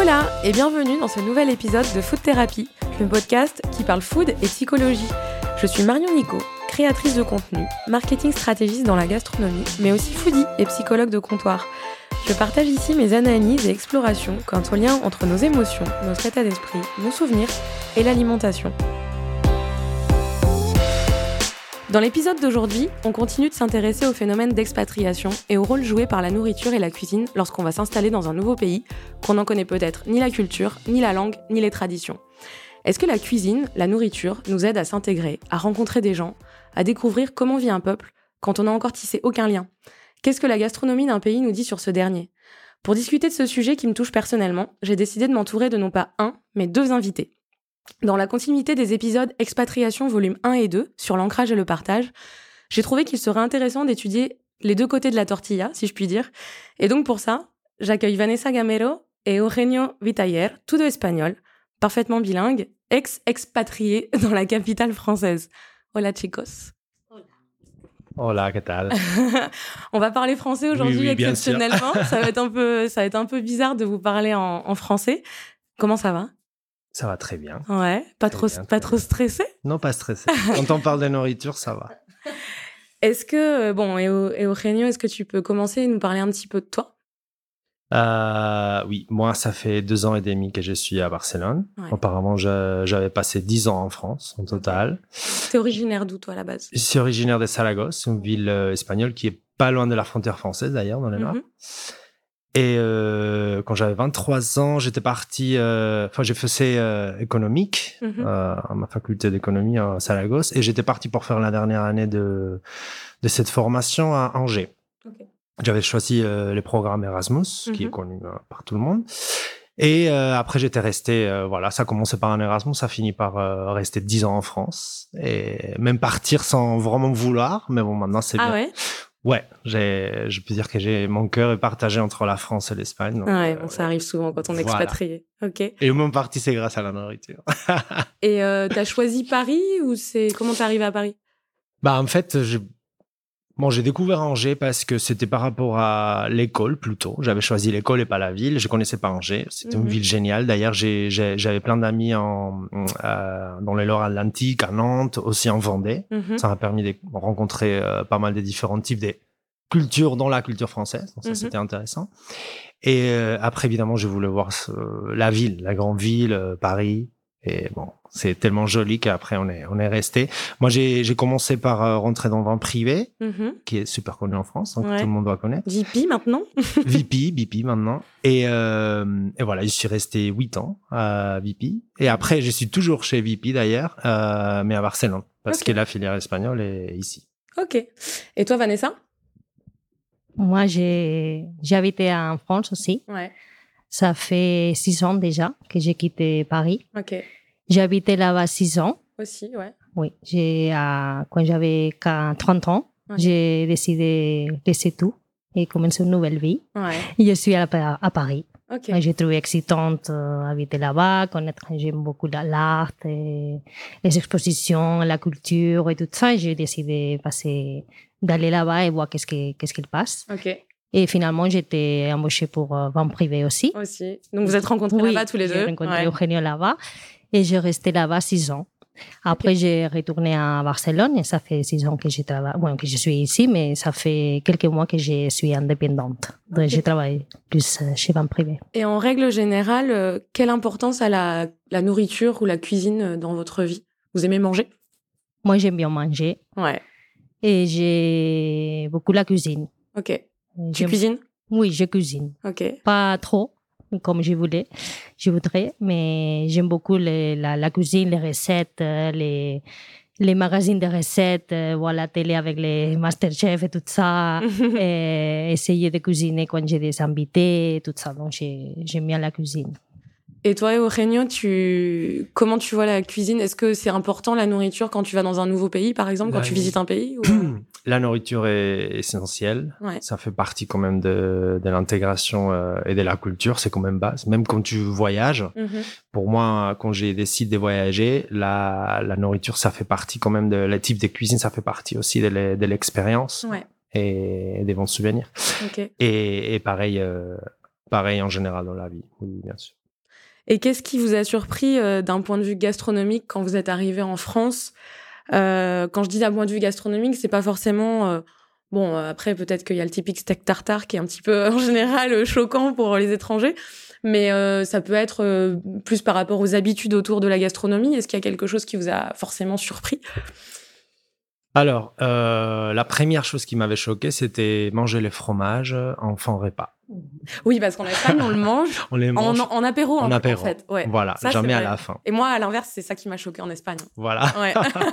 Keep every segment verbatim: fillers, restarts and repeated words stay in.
Hola et bienvenue dans ce nouvel épisode de Food Therapy, le podcast qui parle food et psychologie. Je suis Marion Nico, créatrice de contenu, marketing stratégiste dans la gastronomie, mais aussi foodie et psychologue de comptoir. Je partage ici mes analyses et explorations quant au lien entre nos émotions, notre état d'esprit, nos souvenirs et l'alimentation. Dans l'épisode d'aujourd'hui, on continue de s'intéresser au phénomène d'expatriation et au rôle joué par la nourriture et la cuisine lorsqu'on va s'installer dans un nouveau pays, qu'on n'en connaît peut-être ni la culture, ni la langue, ni les traditions. Est-ce que la cuisine, la nourriture, nous aide à s'intégrer, à rencontrer des gens, à découvrir comment vit un peuple, quand on n'a encore tissé aucun lien ? Qu'est-ce que la gastronomie d'un pays nous dit sur ce dernier ? Pour discuter de ce sujet qui me touche personnellement, j'ai décidé de m'entourer de non pas un, mais deux invités. Dans la continuité des épisodes Expatriation volume un et deux, sur l'ancrage et le partage, j'ai trouvé qu'il serait intéressant d'étudier les deux côtés de la tortilla, si je puis dire. Et donc pour ça, j'accueille Vanessa Gamero et Eugenio Vitayer, tous deux espagnols, parfaitement bilingues, ex-expatriés dans la capitale française. Hola chicos. Hola, ¿qué tal? On va parler français aujourd'hui, oui, oui, exceptionnellement. ça va être un peu, ça va être un peu bizarre de vous parler en, en français. Comment ça va? Ça va très bien. Ouais, pas très trop, bien, pas trop stressé? Non, pas stressé. Quand on parle de nourriture, ça va. Est-ce que, bon, et Eugenio, est-ce que tu peux commencer et nous parler un petit peu de toi? euh, Oui, moi, ça fait deux ans et demi que je suis à Barcelone. Ouais. Auparavant, je, j'avais passé dix ans en France, en total. T'es originaire d'où, toi, à la base? Je suis originaire de Saragosse, une ville euh, espagnole qui est pas loin de la frontière française, d'ailleurs, dans le nord. Mm-hmm. Et euh, quand j'avais vingt-trois ans, j'étais parti... Euh, enfin, j'ai fait euh, économique mm-hmm. euh, à ma faculté d'économie à Saragosse. Et j'étais parti pour faire la dernière année de, de cette formation à Angers. Okay. J'avais choisi euh, le programme Erasmus, mm-hmm. qui est connu euh, par tout le monde. Et euh, après, j'étais resté... Euh, voilà, ça a commencé par un Erasmus, ça a fini par euh, rester dix ans en France. Et même partir sans vraiment vouloir. Mais bon, maintenant, c'est ah bien. Ouais Ouais, j'ai, je peux dire que j'ai, mon cœur est partagé entre la France et l'Espagne. Donc, ouais, bon, euh, ça arrive souvent quand on est voilà. expatrié. Ok. Et mon parti, c'est grâce à la nourriture. Et euh, t'as choisi Paris ou c'est comment t'es arrivé à Paris? Bah en fait, j'ai, bon, j'ai découvert Angers parce que c'était par rapport à l'école plutôt. J'avais choisi l'école et pas la ville. Je connaissais pas Angers. C'était mm-hmm. une ville géniale. D'ailleurs, j'ai, j'ai, j'avais plein d'amis en, euh, dans les Loire-Atlantique, à Nantes, aussi en Vendée. Mm-hmm. Ça m'a permis de rencontrer euh, pas mal des différents types de culture dans la culture française, donc ça mmh. c'était intéressant. Et euh, après évidemment je voulais voir ce, la ville, la grande ville, euh, Paris. Et bon, c'est tellement joli qu'après on est on est resté. Moi j'ai j'ai commencé par euh, rentrer dans le vin privé, mmh. qui est super connu en France, donc ouais. tout le monde doit connaître. V P maintenant. V P, V P maintenant. Et euh, et voilà, je suis resté huit ans à V P. Et après je suis toujours chez V P d'ailleurs, euh, mais à Barcelone, parce okay. que la filière espagnole est ici. Ok. Et toi Vanessa? Moi, j'ai, j'ai habité en France aussi. Ouais. Ça fait six ans déjà que j'ai quitté Paris. Ok. J'ai habité là-bas six ans. Aussi, ouais. Oui. J'ai, euh, quand j'avais trente ans, okay. j'ai décidé de laisser tout et commencer une nouvelle vie. Ouais. Et je suis à, à Paris. Ok. J'ai trouvé excitante euh, habiter là-bas, connaître, j'aime beaucoup l'art, et les expositions, la culture et tout ça. Et j'ai décidé de passer, d'aller là-bas et voir qu'est-ce qui, qu'est-ce qu'il passe. Ok. Et finalement, j'étais embauchée pour euh, vente privée aussi. Aussi. Donc, vous êtes rencontrés oui, là-bas tous les deux? Oui, j'ai rencontré ouais. Eugenio là-bas. Et j'ai resté là-bas six ans. Après, okay. j'ai retourné à Barcelone et ça fait six ans que, j'ai trava... bon, que je suis ici, mais ça fait quelques mois que je suis indépendante. Donc, okay. je travaille plus chez vente privée. Et en règle générale, euh, quelle importance a la, la nourriture ou la cuisine dans votre vie? Vous aimez manger? Moi, j'aime bien manger. Ouais. Et j'ai beaucoup la cuisine. Ok. Et tu j'aime... cuisines? Oui, je cuisine. Ok. Pas trop, comme je voulais, je voudrais, mais j'aime beaucoup les, la, la cuisine, les recettes, les, les magazines de recettes, euh, voir la télé avec les Masterchef et tout ça, et essayer de cuisiner quand j'ai des invités, tout ça. Donc, j'ai, j'aime bien la cuisine. Et toi, Eugenio, tu... comment tu vois la cuisine? Est-ce que c'est important, la nourriture, quand tu vas dans un nouveau pays, par exemple, quand la... tu visites un pays ou... La nourriture est essentielle. Ouais. Ça fait partie quand même de, de l'intégration euh, et de la culture. C'est quand même base. Même quand tu voyages, mm-hmm. pour moi, quand j'ai décidé de voyager, la, la nourriture, ça fait partie quand même de... Le type de cuisine, ça fait partie aussi de, le, de l'expérience ouais. et des bons souvenirs. Okay. Et, et pareil, euh, pareil en général dans la vie, oui, bien sûr. Et qu'est-ce qui vous a surpris euh, d'un point de vue gastronomique quand vous êtes arrivé en France? euh, Quand je dis d'un point de vue gastronomique, c'est pas forcément... Euh, bon, après, peut-être qu'il y a le typique steak tartare qui est un petit peu, en général, choquant pour les étrangers. Mais euh, ça peut être euh, plus par rapport aux habitudes autour de la gastronomie. Est-ce qu'il y a quelque chose qui vous a forcément surpris? Alors, euh, la première chose qui m'avait choqué, c'était manger les fromages en fin de repas. Oui, parce qu'en Espagne, on le mange, on les mange en, en apéro, en, en, apéro. en fait. Ouais. Voilà, ça, jamais à la fin. Et moi, à l'inverse, c'est ça qui m'a choqué en Espagne. Voilà. Ouais.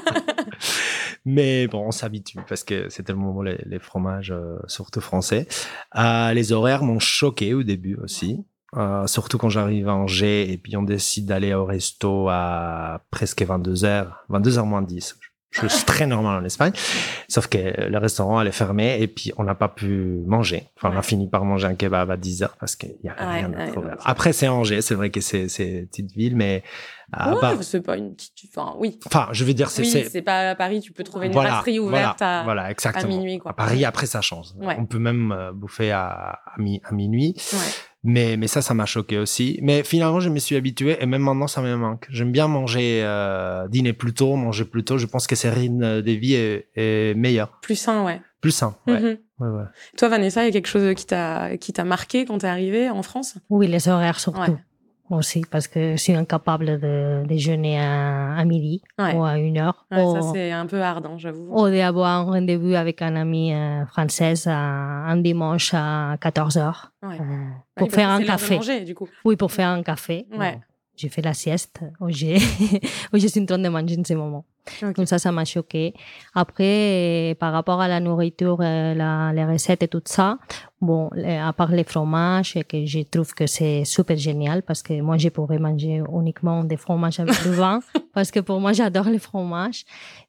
Mais bon, on s'habitue parce que c'est tellement les, les fromages, euh, surtout français. Euh, les horaires m'ont choqué au début aussi. Euh, surtout quand j'arrive à Angers et puis on décide d'aller au resto à presque vingt-deux heures, vingt-deux heures moins dix. Je suis très normal en Espagne, sauf que le restaurant elle est fermé et puis on n'a pas pu manger. Enfin, ouais. On a fini par manger un kebab à dix heures parce qu'il y a rien ouais, d'autre. Ouais, ouais. Après, c'est Angers, c'est vrai que c'est c'est une petite ville, mais ouais, bah, c'est pas une petite. Enfin, oui. Enfin, je veux dire, c'est oui, c'est, c'est pas à Paris, tu peux trouver une voilà, brasserie ouverte voilà, à voilà, exactement. à minuit, quoi. À Paris, après ça change. Ouais. On peut même euh, bouffer à à, mi- à minuit. Ouais. Mais, mais ça, ça m'a choqué aussi. Mais finalement, je me suis habitué et même maintenant, ça me manque. J'aime bien manger, euh, dîner plus tôt, manger plus tôt. Je pense que ce rythme de vie est, est meilleur. Plus sain, ouais. Plus sain, ouais. Mm-hmm. ouais, ouais. Toi, Vanessa, il y a quelque chose qui t'a, qui t'a marqué quand t'es arrivée en France? Oui, les horaires surtout. Ouais. Aussi, parce que je suis incapable de déjeuner à, à midi ouais. ou à une heure. Ouais, ou, ça, c'est un peu ardent, j'avoue. Ou d'avoir un rendez-vous avec un ami euh, française un dimanche à quatorze heures. Ouais. Euh, pour ouais, faire un c'est café. Manger, du coup. Oui, pour faire un café. Ouais. J'ai fait la sieste où, j'ai où je suis en train de manger en ce moment. Okay. Donc ça, ça m'a choqué. Après, par rapport à la nourriture, la, les recettes et tout ça, bon, à part les fromages, que je trouve que c'est super génial parce que moi, je pourrais manger uniquement des fromages avec du vin parce que pour moi, j'adore les fromages.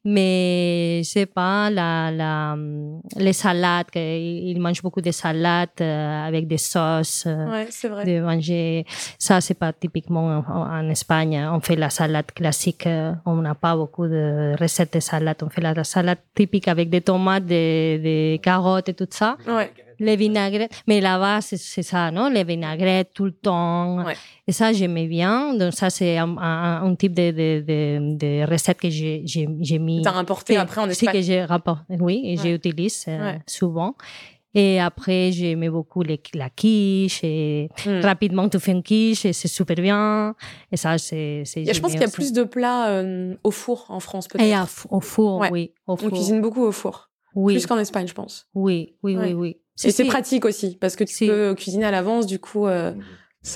Mais je sais pas, la, la, les salades, ils mangent beaucoup de salades avec des sauces. Ouais, c'est vrai. De manger, ça, c'est pas typiquement en, en Espagne. On fait la salade classique. On n'a pas beaucoup de recettes de salade. On fait la salade typique avec des tomates, des, des carottes et tout ça. Ouais. Les vinaigrettes. Mais là-bas, c'est, c'est ça, non? Les vinaigrettes tout le temps. Ouais. Et ça, j'aimais bien. Donc, ça, c'est un, un, un type de, de, de, de recette que j'ai, j'ai, j'ai mis. T'as importé après en Espagne. C'est que j'ai rapporté, oui, et ouais. j'utilise euh, ouais. souvent. Et après, j'aimais beaucoup les, la quiche. Et mm. rapidement, tu fais une quiche et c'est super bien. Et ça, c'est, c'est et je pense qu'il y a plus de plats euh, au four en France, peut-être. Et à, au four, ouais. oui. Au four. On cuisine beaucoup au four. Oui. Plus qu'en Espagne, je pense. Oui, oui, ouais. oui, oui. Et c'est pratique aussi, parce que tu si. peux cuisiner à l'avance, du coup, euh, mm.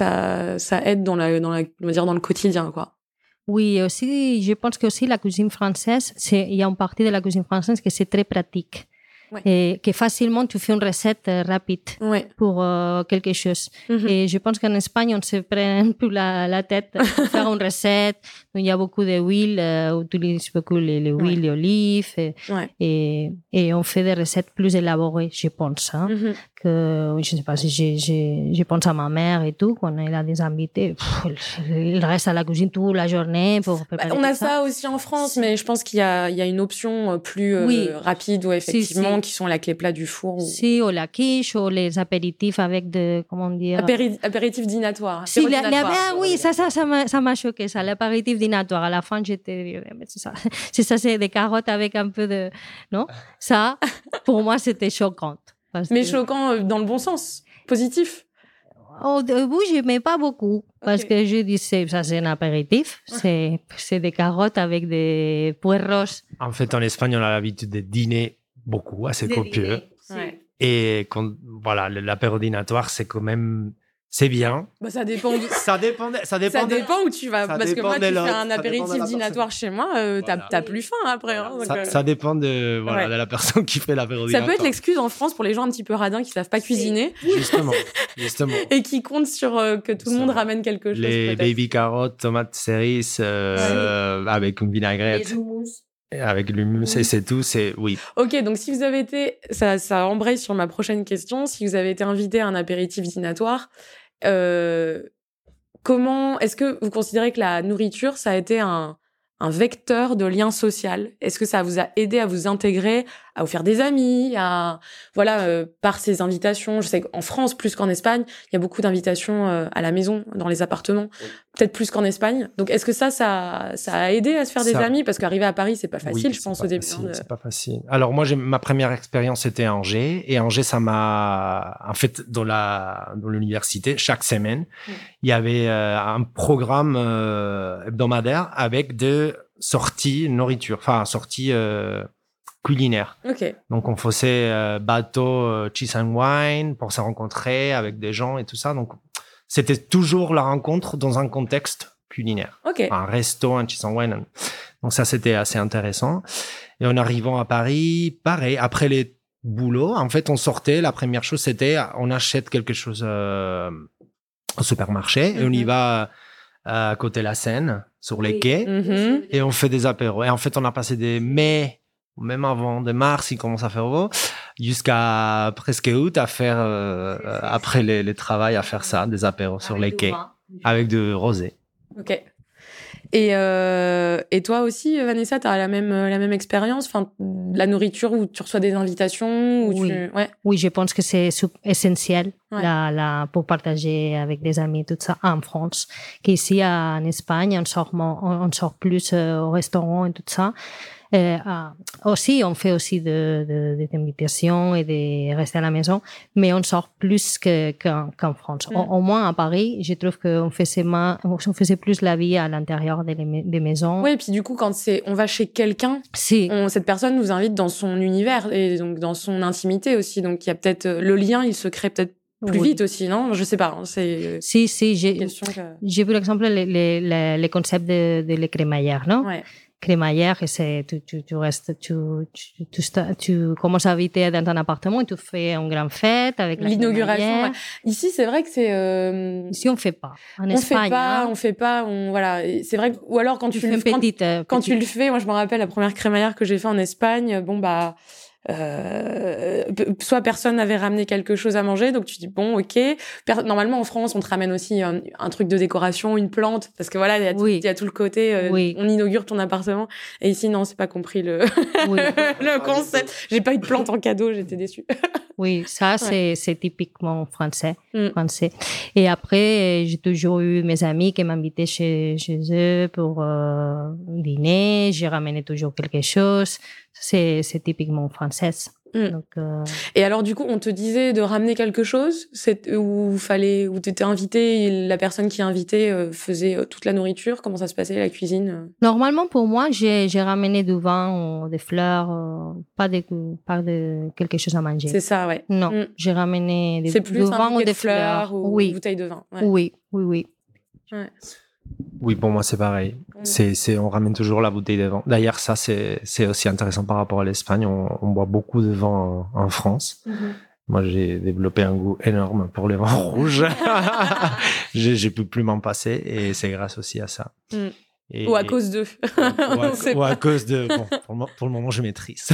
ça, ça aide dans, la, dans, la, on va dire dans le quotidien, quoi. Oui, aussi, je pense que aussi la cuisine française, c'est, il y a une partie de la cuisine française que c'est très pratique. Ouais. Et que facilement tu fais une recette rapide ouais. pour euh, quelque chose. Mm-hmm. Et je pense qu'en Espagne, on se prend plus la, la tête pour faire une recette. Donc, il y a beaucoup d'huile, euh, on utilise beaucoup les, les huiles ouais. d'olive et, ouais. et, et on fait des recettes plus élaborées, je pense. Hein, mm-hmm. que, je ne sais pas si je, je, je pense à ma mère et tout, quand elle a des invités, pff, elle reste à la cuisine toute la journée pour préparer. Bah, on a ça. ça aussi en France, mais je pense qu'il y a, il y a une option plus euh, oui. rapide où effectivement, si, si. qui sont la clé plat du four. Ou... Si, ou la quiche, ou les apéritifs avec de, comment dire... Apéri- apéritif dînatoire. Si, la, la, ah, oui, ça, ça, ça m'a, ça m'a choqué, ça, l'apéritif dînatoire. À la fin, j'étais, mais c'est ça, c'est ça, c'est des carottes avec un peu de, non? Ça, pour moi, c'était choquant. Mais que... choquant dans le bon sens, positif. Au début, je n'aimais pas beaucoup, parce okay. que je disais, ça c'est un apéritif, c'est, c'est des carottes avec des puerros. En fait, en Espagne, on a l'habitude de dîner beaucoup, assez copieux. Ouais. Et quand, voilà, l'apéro dînatoire, c'est quand même, c'est bien. Bah, ça dépend. De... ça dépend. De... Ça dépend. Ça de... dépend où tu vas. Ça parce que moi, tu fais un apéritif dînatoire chez moi, euh, voilà. t'as, t'as plus faim après. Hein, donc ça, euh... ça dépend de, voilà, ouais. de la personne qui fait l'apéro dînatoire. Ça peut être l'excuse en France pour les gens un petit peu radins qui savent pas cuisiner. Justement, justement. Et qui comptent sur euh, que tout justement. le monde ramène quelque chose. Les peut-être. baby carottes, tomates cerises, euh, ouais. avec une vinaigrette. Les houmous. Avec l'humus, c'est, c'est tout, c'est oui. Ok, donc si vous avez été, ça, ça embraye sur ma prochaine question, si vous avez été invité à un apéritif dînatoire, euh, comment, est-ce que vous considérez que la nourriture, ça a été un, un vecteur de lien social? Est-ce que ça vous a aidé à vous intégrer, à vous faire des amis, à voilà euh, par ces invitations. Je sais qu'en France plus qu'en Espagne, il y a beaucoup d'invitations euh, à la maison, dans les appartements, oui. peut-être plus qu'en Espagne. Donc est-ce que ça, ça, ça a aidé à se faire ça... des amis parce qu'arriver à Paris, c'est pas facile, oui, je pense au début. Facile, hein, de... C'est pas facile. Alors moi, j'ai ma première expérience c'était à Angers et Angers, ça m'a en fait dans la dans l'université chaque semaine, oui. il y avait euh, un programme euh, hebdomadaire avec des sorties nourriture, enfin sorties euh, culinaires. Okay. Donc on faisait euh, bateau euh, cheese and wine pour se rencontrer avec des gens et tout ça. Donc c'était toujours la rencontre dans un contexte culinaire. Okay. Un resto, un cheese and wine. Donc ça c'était assez intéressant. Et en arrivant à Paris, pareil, après les boulots, en fait on sortait. La première chose c'était on achète quelque chose euh, au supermarché mm-hmm. et on y va à côté de la Seine, sur les oui. quais, mm-hmm. et on fait des apéros. Et en fait, on a passé des mai, même avant de mars, il commence à faire beau, jusqu'à presque août à faire, euh, après les, les travails, à faire ça, des apéros avec sur les quais, vin. Avec du rosé. Ok. Et, euh, et toi aussi, Vanessa, tu as la même, la même expérience, enfin, la nourriture où tu reçois des invitations où oui. Tu... Ouais. oui, je pense que c'est essentiel ouais. la, la, pour partager avec des amis, tout ça, en France. Qu'ici, en Espagne, on sort, on sort plus au restaurant et tout ça. Euh, ah, aussi, on fait aussi de, de, des invitations et de rester à la maison, mais on sort plus que, qu'en, qu'en France. Mm. Au, au moins à Paris, je trouve qu'on faisait, ma, on faisait plus la vie à l'intérieur des, des maisons. Oui, et puis du coup, quand c'est, on va chez quelqu'un, si. on, cette personne nous invite dans son univers et donc dans son intimité aussi. Donc il y a peut-être le lien, il se crée peut-être plus oui. vite aussi, non? Je sais pas. Hein, c'est si, si, j'ai, que... j'ai vu l'exemple, les, les, les, les concepts de, de les crémaillères, non? Ouais. Crémaillère, et c'est, tu, tu, tu restes, tu, tu, tu, tu commences à habiter dans ton appartement et tu fais une grande fête avec la l'inauguration. Ouais. Ici, c'est vrai que c'est, euh... Ici, on fait pas. En on Espagne. fait pas, hein. on fait pas, on, voilà. C'est vrai que, ou alors quand tu, tu le fais quand, petite, euh, quand petite. tu le fais, moi, je me rappelle la première crémaillère que j'ai fait en Espagne, bon, bah, Euh, soit personne n'avait ramené quelque chose à manger, donc tu dis bon, ok. Per- Normalement en France, on te ramène aussi un, un truc de décoration, une plante, parce que voilà, il y a tout, oui. il y a tout le côté, euh, oui. on inaugure ton appartement. Et ici, non, c'est pas compris le, oui. le concept. J'ai pas eu de plante en cadeau, j'étais déçue. Oui, ça, ouais. c'est, c'est typiquement français, mm. français. Et après, j'ai toujours eu mes amis qui m'invitaient chez, chez eux pour euh, dîner. J'ai ramené toujours quelque chose. C'est, c'est typiquement française. Mm. Donc, euh... Et alors, du coup, on te disait de ramener quelque chose, c'est, où fallait, où t'étais invité, et la personne qui est invitée euh, faisait euh, toute la nourriture. Comment ça se passait, la cuisine? euh Normalement, pour moi, j'ai, j'ai ramené du vin ou des fleurs, euh, pas de, pas de quelque chose à manger. C'est ça, ouais. Non, mm. j'ai ramené des, c'est plus du vin ou des fleurs, fleurs. Ou oui. Une bouteille de vin. Ouais. Oui, oui, oui. Ouais. Oui, pour moi, c'est pareil. Mm. C'est, c'est, on ramène toujours la bouteille de vin. D'ailleurs, ça, c'est, c'est aussi intéressant par rapport à l'Espagne. On, on boit beaucoup de vin en, en France. Mm-hmm. Moi, j'ai développé un goût énorme pour les vins rouges. j'ai, j'ai pu plus m'en passer et c'est grâce aussi à ça. Mm. Et, ou à cause d'eux. ou à, ou à cause de... Bon, pour, le, pour le moment, je maîtrise.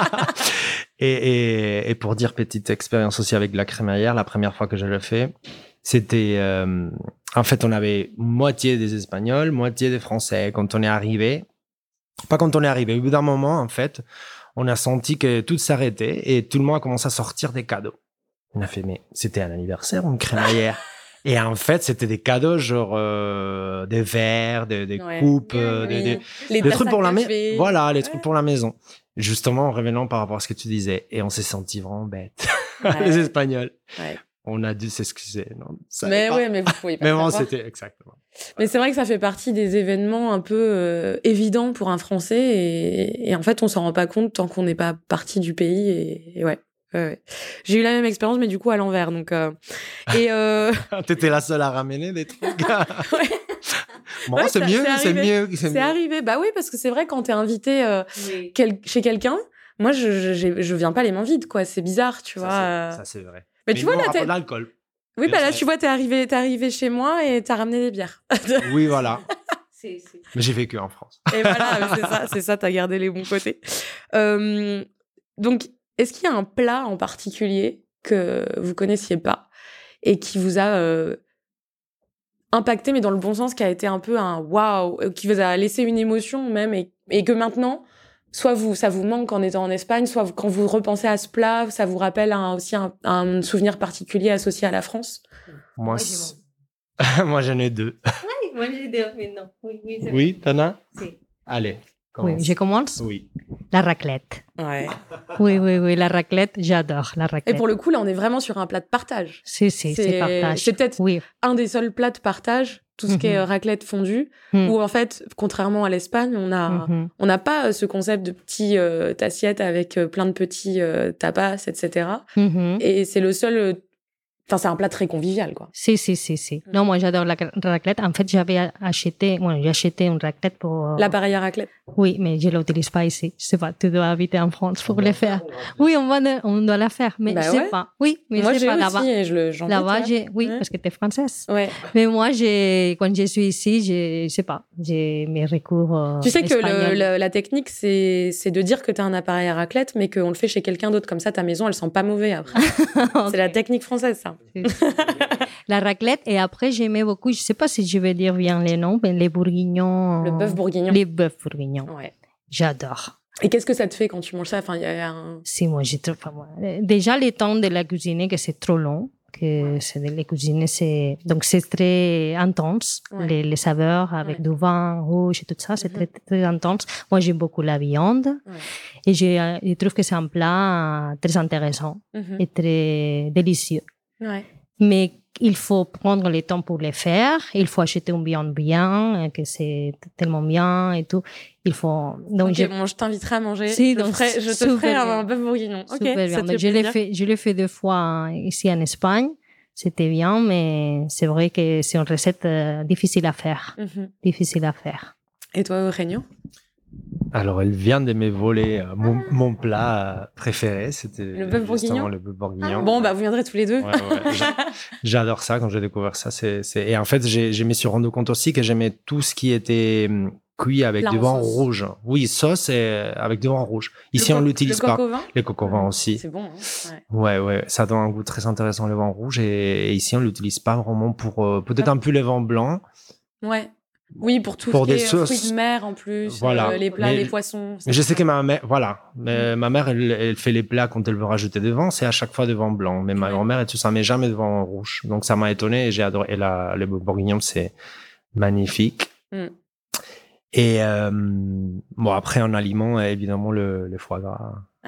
et, et, et pour dire petite expérience aussi avec la crémaillère, la première fois que je l'ai fait, c'était... Euh, en fait, on avait moitié des Espagnols, moitié des Français. Quand on est arrivé, pas quand on est arrivé, au bout d'un moment, en fait, on a senti que tout s'arrêtait et tout le monde a commencé à sortir des cadeaux. On a fait, mais c'était un anniversaire ou une crémaillère? Et en fait, c'était des cadeaux, genre euh, des verres, des, des ouais. coupes, oui, euh, oui. des, des, des trucs pour la maison. Voilà, les ouais. trucs pour la maison. Justement, en revenant par rapport à ce que tu disais, et on s'est senti vraiment bêtes, ouais. les Espagnols. Ouais. On a dû s'excuser. Non, ça mais oui, mais vous pouvez pas. Mais bon, c'était exactement. Mais c'est vrai que ça fait partie des événements un peu euh, évidents pour un Français, et, et en fait, on s'en rend pas compte tant qu'on n'est pas parti du pays. Et, et ouais. Ouais, ouais. J'ai eu la même expérience, mais du coup à l'envers. Donc, euh... et euh... t'étais la seule à ramener des trucs. ouais. Bon, ouais, c'est, ça, mieux, c'est, c'est mieux, c'est, c'est mieux. arrivé. Bah oui, parce que c'est vrai quand t'es invité euh, oui. quel... chez quelqu'un, moi je, je je viens pas les mains vides, quoi. C'est bizarre, tu ça, vois. C'est, euh... ça c'est vrai. Mais, mais tu vois là, t'es. L'alcool. Oui, bah là, tu vois, t'es arrivé, t'es arrivé chez moi et t'as ramené des bières. Oui, voilà. c'est, c'est... Mais j'ai vécu en France. Et voilà, c'est ça, c'est ça, t'as gardé les bons côtés. Euh, donc, est-ce qu'il y a un plat en particulier que vous connaissiez pas et qui vous a euh, impacté, mais dans le bon sens, qui a été un peu un waouh, qui vous a laissé une émotion même, et, et que maintenant, soit vous, ça vous manque en étant en Espagne, soit vous, quand vous repensez à ce plat, ça vous rappelle un, aussi un, un souvenir particulier associé à la France? Moi, moi j'en ai deux. Oui, moi j'ai deux, mais non. Oui, oui, c'est Oui, t'en as? Si. Allez, Oui, commence. je commence. Oui. La raclette. Ouais. Oui, oui, oui, la raclette, j'adore la raclette. Et pour le coup, là, on est vraiment sur un plat de partage. Si, si, C'est- c'est partage. c'est peut-être Oui. un des seuls plats de partage, tout ce qui est Mhm. euh, raclette fondue, Mm. où en fait, contrairement à l'Espagne, on a, Mhm. on n'a pas euh, ce concept de petite euh, assiette avec euh, plein de petits euh, tapas, et cetera. Mhm. Et c'est le seul... euh, Enfin, c'est un plat très convivial, quoi. Si, si, si, si. Non, moi j'adore la raclette. En fait, j'avais acheté, bueno, j'ai acheté une raclette pour... euh, L'appareil à raclette. Oui, mais je ne l'utilise pas ici. Je sais pas, tu dois habiter en France pour le faire. Oui, on, va ne- on doit la faire, mais Bah je sais ouais. pas. Oui, mais Moi, je sais j'ai pas aussi, là-bas. et je le, j'en Là-bas, goûte, j'ai... Oui, Ouais. parce que tu es française. Ouais. Mais moi, j'ai... quand je suis ici, je ne sais pas, j'ai mes recours euh, Tu sais que le, espagnols. le- la technique, c'est, c'est de dire que tu as un appareil à raclette, mais qu'on le fait chez quelqu'un d'autre. Comme ça, ta maison, elle sent pas mauvais après. C'est la technique française, ça. La raclette, et après, j'aimais beaucoup, je ne sais pas si je vais dire bien les noms, mais les bourguignons. Le bœuf bourguignon. Les bœufs bourguignons. Ouais. J'adore. Et qu'est-ce que ça te fait quand tu manges ça? Enfin, il y a un... Si, moi, j'ai trop... enfin, moi, euh, déjà, le temps de la cuisiner, que c'est trop long, que c'est de la cuisiner, c'est... Donc, c'est très intense, Ouais. les, les saveurs avec Ouais. du vin rouge et tout ça, c'est Mhm. très, très intense. Moi, j'aime beaucoup la viande, Ouais. et je, euh, je trouve que c'est un plat euh, très intéressant Mhm. et très délicieux. Ouais. Mais il faut prendre le temps pour le faire. Il faut acheter une viande bien, euh, que c'est tellement bien et tout. Il faut... Donc, Ok, je- bon, je t'inviterai à manger. Si, je, te donc, ferai, je te super ferai un, bien. un bœuf bourguignon. Ok, Super bien. ça te Donc, fait je l'ai plaisir. fait, je l'ai fait deux fois ici en Espagne. C'était bien, mais c'est vrai que c'est une recette euh, difficile à faire. Mhm. Difficile à faire. Et toi, Eugenio? Alors, elle vient de me voler euh, mon, mon plat euh, préféré. C'était Le bœuf justement bourguignon le bœuf bourguignon. Bon, bah, vous viendrez tous les deux. Ouais, ouais. J'a- J'adore ça quand j'ai découvert ça. C'est, c'est... Et en fait, j'ai, je me suis rendu compte aussi que j'aimais tout ce qui était hum, cuit avec Plat du en vin sauce. rouge. Oui, sauce et avec du vin rouge. Ici, Le on co- l'utilise le pas. coq au vin Les coq au vin aussi. C'est bon, hein. Ouais, Ouais. ouais, ça donne un goût très intéressant le vin rouge et, et ici on l'utilise pas vraiment pour euh, peut-être un peu le vin blanc. Ouais. Oui, pour tout Pour ce qui des est sauces. fruits de mer en plus, Voilà. euh, les plats, Mais- les poissons. Mais je sais que ma mère, voilà, Mm. mais ma mère elle, elle fait les plats quand elle veut rajouter des vins, c'est à chaque fois de vin blanc. Mais ma Ouais. grand-mère et tout ça, mais jamais de vin rouge. Donc ça m'a étonné et j'ai adoré. Et la, le bourguignon c'est magnifique. Mm. Et euh, bon après en aliment évidemment le, le foie gras.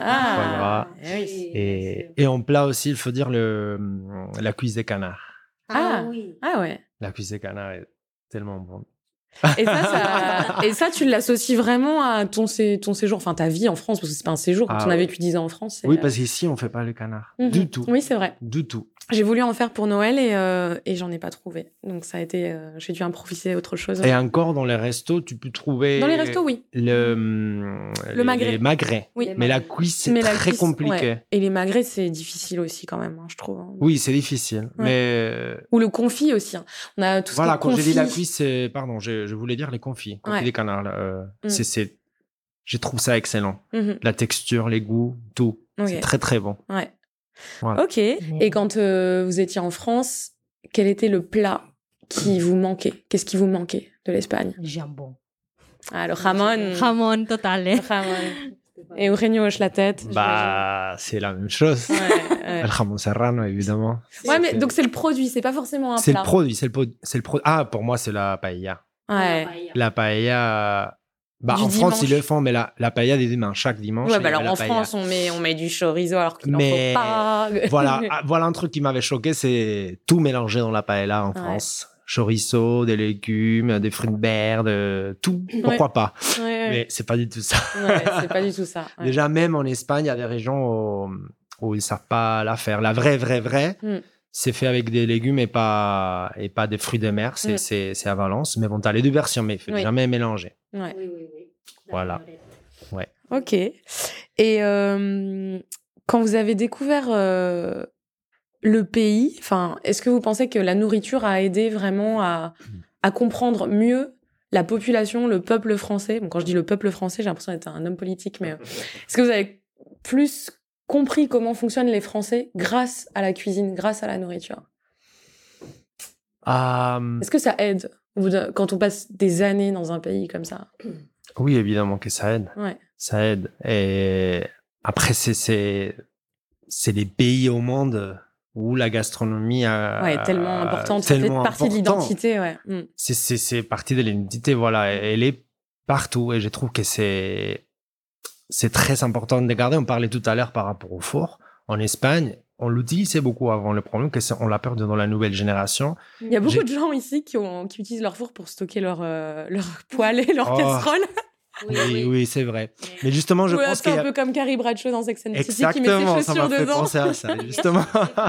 Ah, eh oui. Et, et en plat aussi il faut dire le la cuisse des canards. Ah. oui. Ah ouais. La cuisse des canards est tellement bonne. Et ça, ça, et ça, tu l'associes vraiment à ton, sé- ton séjour, enfin ta vie en France, parce que c'est pas un séjour. Quand Ah on a ouais. vécu dix ans en France. c'est, Oui, euh, parce qu'ici, on fait pas le canard. mhm. Du tout. Oui, c'est vrai. Du tout. J'ai voulu en faire pour Noël et, euh, et j'en ai pas trouvé. Donc ça a été, euh, j'ai dû improviser autre chose. Et encore, dans les restos, tu peux trouver... Dans les restos, oui. Le, hum, Le magret. Les magrets. Oui. Mais la cuisse, c'est Mais la très cuisse, compliqué. ouais. Et les magrets, c'est difficile aussi quand même, hein, je trouve. hein. Oui, c'est difficile. Ouais. Mais Ou le confit aussi. hein. On a tout ce voilà, qui est quand j'ai dit la confit. cuisse, c'est... Pardon, je, je voulais dire les confits. Confits Ouais. des canards. Là, euh, Mm. c'est, c'est... Je trouve ça excellent. Mhm. La texture, les goûts, tout. Ok. C'est très, très bon. Ouais. Voilà. Ok. Et quand euh, vous étiez en France, quel était le plat qui vous manquait? Qu'est-ce qui vous manquait de l'Espagne? Jambon. Ah, le jamon. Jamon total. Le jamon. Et Eugenio hoche la tête. Bah, c'est la même chose. j'imagine. Ouais, ouais. El jamon serrano, évidemment. Ouais, mais C'est- donc c'est le produit, c'est pas forcément un C'est plat. le produit, c'est le, pro- c'est le pro- Ah, pour moi, c'est la paella. Ouais. La paella. Bah, Du en France, dimanche. ils le font, mais la, la paella des dimanches, chaque dimanche. Ouais, il y bah avait alors la en paella. France, on met, on met du chorizo alors qu'il n'en Mais faut pas. Voilà, ah, voilà un truc qui m'avait choqué, c'est tout mélanger dans la paella en Ouais. France. Chorizo, des légumes, des fruits de mer, de tout. Pourquoi pas? Ouais, ouais. Mais c'est pas du tout ça. Ouais, c'est pas du tout ça. Ouais. Déjà, même en Espagne, il y a des régions où, où ils savent pas la faire. La vraie, vraie, vraie, Mm. c'est fait avec des légumes et pas, et pas des fruits de mer. C'est, Mm. c'est, c'est à Valence. Mais bon, t'as les deux versions, mais il faut Oui. jamais mélanger. Ouais. Oui, oui, oui. Voilà. Ok. Et euh, quand vous avez découvert euh, le pays, enfin, est-ce que vous pensez que la nourriture a aidé vraiment à, à comprendre mieux la population, le peuple français? Bon, quand je dis le peuple français, j'ai l'impression d'être un homme politique, mais euh, est-ce que vous avez plus compris comment fonctionnent les Français grâce à la cuisine, grâce à la nourriture? Euh, Est-ce que ça aide au bout d'un- quand on passe des années dans un pays comme ça? Oui, évidemment que ça aide. Ouais. Ça aide. Et après, c'est, c'est, c'est les pays au monde où la gastronomie a, ouais, est tellement importante. Tellement ça fait partie important. de l'identité, ouais. Mm. C'est, c'est, c'est partie de l'identité, voilà. Elle est partout. Et je trouve que c'est, c'est très important de garder. On parlait tout à l'heure par rapport au four. En Espagne, on l'utilisait beaucoup avant. Le problème, c'est qu'on l'a peur de dans la nouvelle génération. Il y a beaucoup J'ai... de gens ici qui, ont, qui utilisent leur four pour stocker leur, euh, leur poêle et leur oh. casserole. Oui, oui, oui, c'est vrai. Mais justement, je ouais, pense c'est qu'il un y a... peu comme Carrie Bradshaw dans Sex and the City qui met ses chaussures ça m'a fait dedans. penser à ça, justement.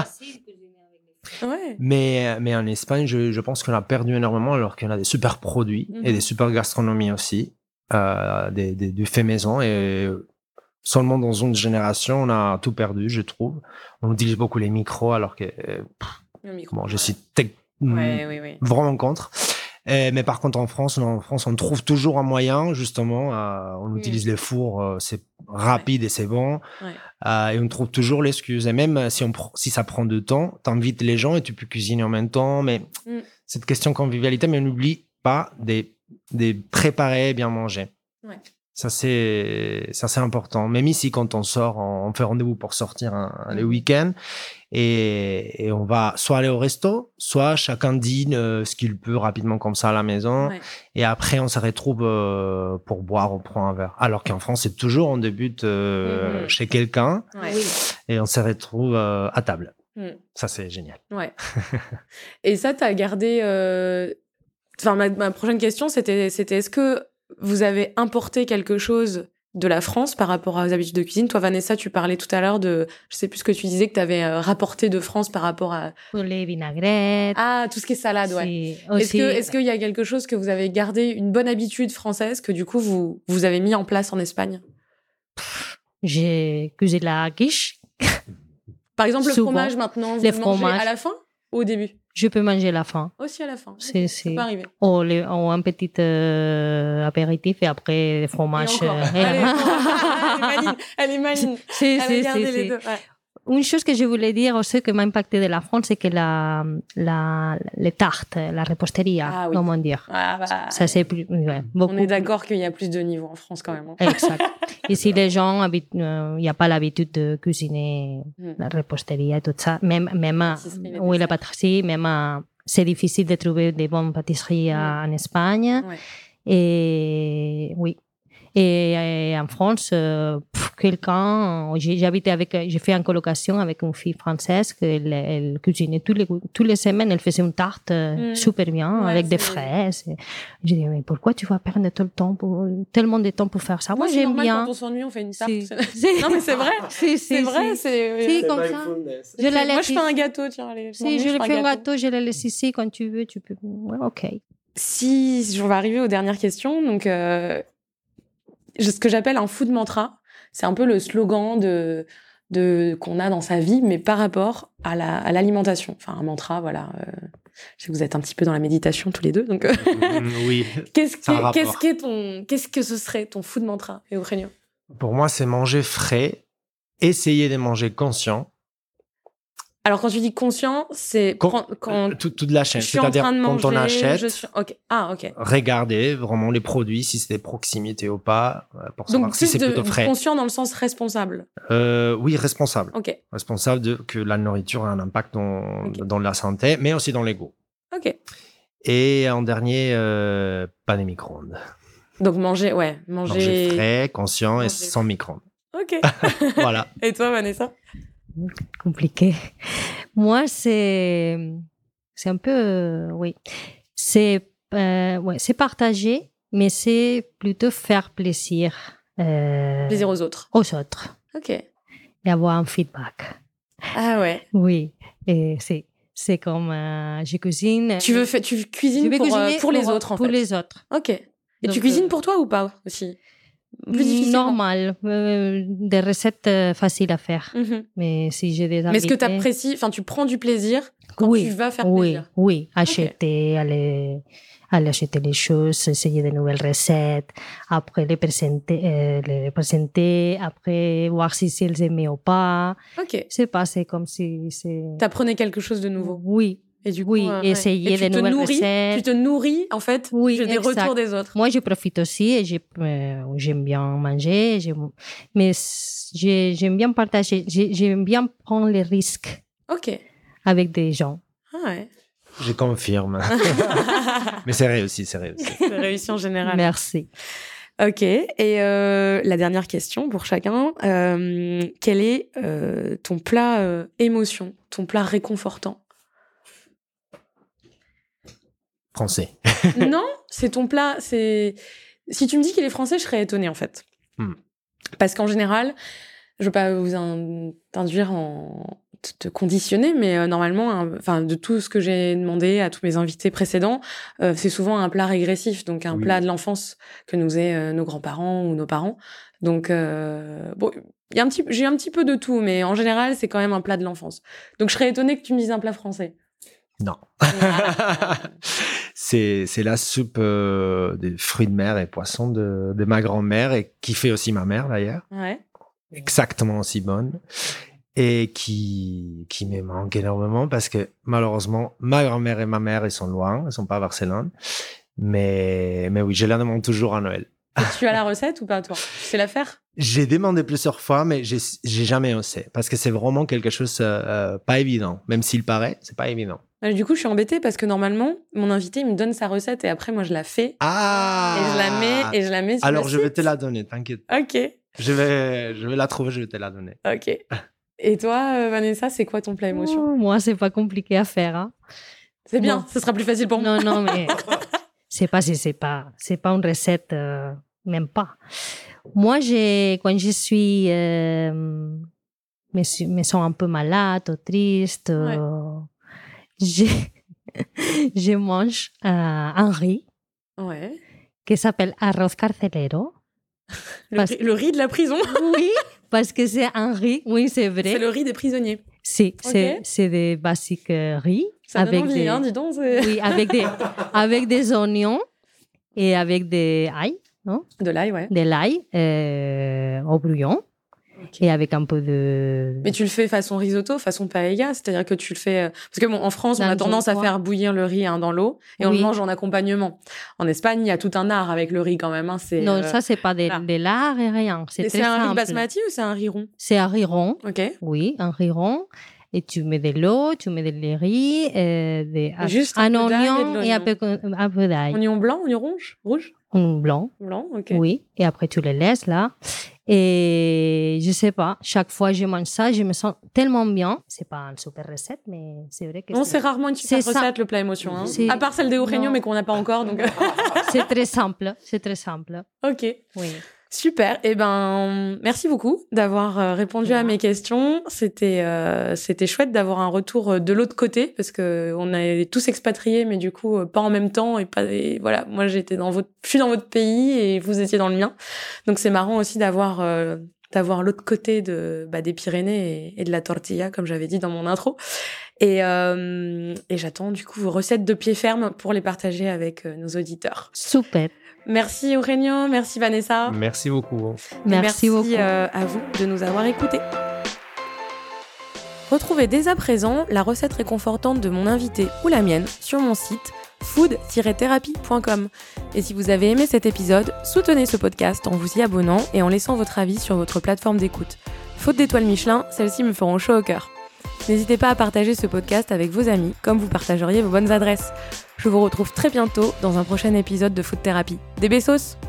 ouais. mais, mais en Espagne, je, je pense qu'on a perdu énormément alors qu'on a des super produits mm-hmm. et des super gastronomies aussi, euh, des, des, du fait maison. Et seulement dans une génération, on a tout perdu, je trouve. On utilise beaucoup les micros alors que... Pff, Le micro, bon, ouais. je suis tec... ouais, oui, oui. vraiment contre. Et, mais par contre, en France, en France, on trouve toujours un moyen, justement. Euh, on utilise mmh. les fours, euh, c'est rapide ouais. et c'est bon. Ouais. Euh, et on trouve toujours l'excuse. Et même si, on pr- si ça prend du temps, t'invites les gens et tu peux cuisiner en même temps. Mais mmh. cette question convivialité, mais on n'oublie pas de des préparer et bien manger. Ouais. Ça, c'est, ça, c'est important. Même ici, quand on sort, on, on fait rendez-vous pour sortir un, un, mmh. les week-ends. Et, et on va soit aller au resto, soit chacun dîne euh, ce qu'il peut rapidement comme ça à la maison. Ouais. Et après, on se retrouve euh, pour boire, on prend un verre. Alors qu'en France, c'est toujours, on débute euh, mmh. chez quelqu'un ouais. et on se retrouve euh, à table. Mmh. Ça, c'est génial. Ouais. Et ça, tu as gardé... Euh... Enfin, ma, ma prochaine question, c'était, c'était est-ce que vous avez importé quelque chose de la France par rapport aux habitudes de cuisine? Toi, Vanessa, tu parlais tout à l'heure de, je sais plus ce que tu disais, que tu avais rapporté de France par rapport à... Pour les vinaigrettes. Ah, tout ce qui est salade, ouais. Si, est-ce que, est-ce qu'il y a quelque chose que vous avez gardé, une bonne habitude française que du coup, vous, vous avez mis en place en Espagne? J'ai cuisiné la quiche. Par exemple, le Souvent. fromage, maintenant, vous les le fromages. mangez à la fin ou au début? Je peux manger à la fin. Aussi à la fin. C'est, okay. c'est... Ça peut arriver. Ou, les, ou un petit euh, apéritif et après le fromage. Et encore. Elle, est... elle est maligne. Elle est maligne. C'est, elle c'est, a gardé c'est, les c'est. deux. Ouais. Une chose que je voulais dire aussi qui m'a impacté de la France, c'est que la, la, les tartes, la reposterie, ah, oui. comment dire. Ah, bah, ça, c'est plus, ouais, beaucoup. On est d'accord qu'il y a plus de niveaux en France quand même. Hein. Exact. Ici, les gens, il n'y euh, a pas l'habitude de cuisiner mm. la reposterie et tout ça. Même, même à, oui, la pâtisserie, même à, c'est difficile de trouver des bonnes pâtisseries mm. en Espagne. Ouais. Et oui. Et, et en France, euh, pff, quelqu'un, j'ai, j'habitais avec, j'ai fait une colocation avec une fille française qu'elle elle cuisinait tous les, toutes les semaines, elle faisait une tarte mmh. super bien ouais, avec des fraises. Et je dis mais pourquoi tu vas perdre tout le temps pour, tellement de temps pour faire ça? Moi, Moi j'aime normal, bien. Quand on s'ennuie, on fait une tarte. C'est, c'est... non mais c'est vrai. c'est, c'est, c'est vrai. C'est, c'est, c'est comme ça. Je la laisse. Moi, je fais un gâteau. Tiens, allez. Si je, je fais un gâteau, je la laisse ici quand tu veux. Tu peux. Ouais, ok. Si on va arriver aux dernières questions, donc. Euh... ce que j'appelle un food mantra, c'est un peu le slogan de, de, qu'on a dans sa vie, mais par rapport à, la, à l'alimentation. Enfin, un mantra, voilà. Euh, je sais que vous êtes un petit peu dans la méditation tous les deux, donc... mmh, oui, qu'est-ce, que, qu'est-ce, qu'est ton, qu'est-ce que ce serait ton food mantra, Eugenio? Pour moi, c'est manger frais, essayer de manger conscient. Alors, quand tu dis conscient, c'est quand, quand toute, toute la chaîne. C'est-à-dire, quand manger, on achète, je suis... okay. ah, okay. regardez vraiment les produits, si c'est des proximités ou pas, pour savoir donc, si c'est de, plutôt frais. Conscient dans le sens responsable. Euh, oui, responsable. Okay. Responsable de que la nourriture a un impact dans, okay. dans la santé, mais aussi dans l'ego. Ok. Et en dernier, euh, pas des micro-ondes. Donc, manger, ouais. Manger, manger frais, conscient manger. Et sans micro-ondes. Ok. Voilà. Et toi, Vanessa? Compliqué. Moi, c'est, c'est un peu, euh, oui, c'est, euh, ouais, c'est partager, mais c'est plutôt faire plaisir. Euh, plaisir aux autres. Aux autres. Ok. Et avoir un feedback. Ah ouais. Oui. Et c'est, c'est comme, euh, je cuisine. Tu veux faire, tu cuisines pour, euh, pour les pour, autres, en pour fait. Pour les autres. Ok. Et donc, tu cuisines euh, pour toi ou pas aussi? Plus difficilement. Normal, euh, des recettes euh, faciles à faire. Mm-hmm. Mais si j'ai des invités... Mais est-ce que tu apprécies, enfin, tu prends du plaisir quand oui, tu vas faire oui, plaisir? Oui, acheter, okay. aller, aller acheter les choses, essayer de nouvelles recettes, après les présenter, euh, les présenter, après voir si, si elles aimaient ou pas. Ok. C'est pas, c'est comme si c'est... T'apprenais quelque chose de nouveau? Oui. Et du coup, oui, euh, essayer ouais. de nouvelles nourris, recettes. Tu te nourris, en fait, oui, des exact. retours des autres. Moi, je profite aussi et j'ai, euh, j'aime bien manger, j'aime, mais j'ai, j'aime bien partager, j'ai, j'aime bien prendre les risques Ok. avec des gens. Ah ouais. Je confirme. Mais c'est réussi, c'est réussi. C'est réussi en général. Merci. Ok. Et euh, la dernière question pour chacun. Euh, quel est euh, ton plat euh, émotion, ton plat réconfortant? Français. Non, c'est ton plat. C'est si tu me dis qu'il est français, je serais étonnée en fait. Hmm. Parce qu'en général, je veux pas vous in- induire en te conditionner, mais euh, normalement, enfin, de tout ce que j'ai demandé à tous mes invités précédents, euh, c'est souvent un plat régressif, donc un Oui. plat de l'enfance que nous aient euh, nos grands-parents ou nos parents. Donc, euh, bon, il y a un petit, j'ai un petit peu de tout, mais en général, c'est quand même un plat de l'enfance. Donc, je serais étonnée que tu me dises un plat français. Non. c'est, c'est la soupe euh, des fruits de mer et poissons de, de ma grand-mère, et qui fait aussi ma mère d'ailleurs. Ouais. Exactement aussi bonne. Et qui, qui me manque énormément parce que malheureusement, ma grand-mère et ma mère, ils sont loin, ils sont pas à Barcelone. Mais, mais oui, je la demande toujours à Noël. Et tu as la recette ou pas, toi? Tu sais la faire? J'ai demandé plusieurs fois, mais j'ai, j'ai jamais osé parce que c'est vraiment quelque chose euh, pas évident. Même s'il paraît, c'est pas évident. Du coup, je suis embêtée parce que normalement, mon invité, il me donne sa recette et après, moi, je la fais. Ah! Et je la mets, et je la mets sur Alors, le je site. vais te la donner, t'inquiète. Ok. Je vais, je vais la trouver, je vais te la donner. Ok. Et toi, euh, Vanessa, c'est quoi ton plat émotion? Oh, moi, c'est pas compliqué à faire. Hein. C'est bien, Non. ce sera plus facile pour moi. Non, non, mais c'est pas, c'est, c'est pas, c'est pas une recette, euh, même pas. Moi, j'ai, quand je suis, euh, me, suis- me sens un peu malade ou triste, euh, je, je mange euh, un riz Ouais. qui s'appelle arroz carcelero. Le, Parce- riz, le riz de la prison. Oui, parce que c'est un riz, oui, c'est vrai. C'est le riz des prisonniers. Si, c'est, Ok. c'est des basiques euh, riz. Ça donne avec envie, des, hein, dis donc. c'est- oui, avec des, avec des oignons et avec des ail, non? De l'ail, ouais. De l'ail euh, au bouillon Ok. et avec un peu de... Mais tu le fais façon risotto, façon paella, c'est-à-dire que tu le fais... euh, Parce que bon, en France, on Dans a le tendance à poids. faire bouillir le riz hein, dans l'eau et on Oui. le mange en accompagnement. En Espagne, il y a tout un art avec le riz quand même. Hein, c'est, Non, euh, ça, c'est pas de, voilà. de l'art et rien. C'est et très c'est un riz simple. basmati ou c'est un riz rond? C'est un riz rond, Ok. oui, un riz rond. Et tu mets de l'eau, tu mets de riz, euh, des, Juste un un peu d'ail et de oignon et un peu, un peu d'ail. Oignon blanc, oignon rouge? Rouge? Un blanc. Blanc, ok. Oui, et après tu les laisses là. Et je sais pas, chaque fois que je mange ça, je me sens tellement bien. C'est pas une super recette, mais c'est vrai que Non, c'est rarement une super c'est ça. recette, le plat émotion. Hein. C'est- À part celle des Eugenio, Non. mais qu'on n'a pas encore. Donc... c'est très simple. C'est très simple. ok. Oui. Super. Eh ben, merci beaucoup d'avoir euh, répondu à mes questions. C'était euh, c'était chouette d'avoir un retour euh, de l'autre côté parce que on est tous expatriés, mais du coup euh, pas en même temps et pas. Et voilà, moi j'étais dans votre, je suis dans votre pays et vous étiez dans le mien. Donc c'est marrant aussi d'avoir euh, d'avoir l'autre côté de bah, des Pyrénées et, et de la tortilla, comme j'avais dit dans mon intro. Et euh, et j'attends du coup vos recettes de pied ferme pour les partager avec euh, nos auditeurs. Super. Merci Eugenio, merci Vanessa. Merci beaucoup. Et Merci, beaucoup. euh, à vous de nous avoir écoutés. Retrouvez dès à présent la recette réconfortante de mon invité ou la mienne sur mon site food tiret thérapie point com. Et si vous avez aimé cet épisode, soutenez ce podcast en vous y abonnant et en laissant votre avis sur votre plateforme d'écoute. Faute d'étoiles Michelin, celles-ci me feront chaud au cœur. N'hésitez pas à partager ce podcast avec vos amis, comme vous partageriez vos bonnes adresses. Je vous retrouve très bientôt dans un prochain épisode de Food Thérapie. Des bessos!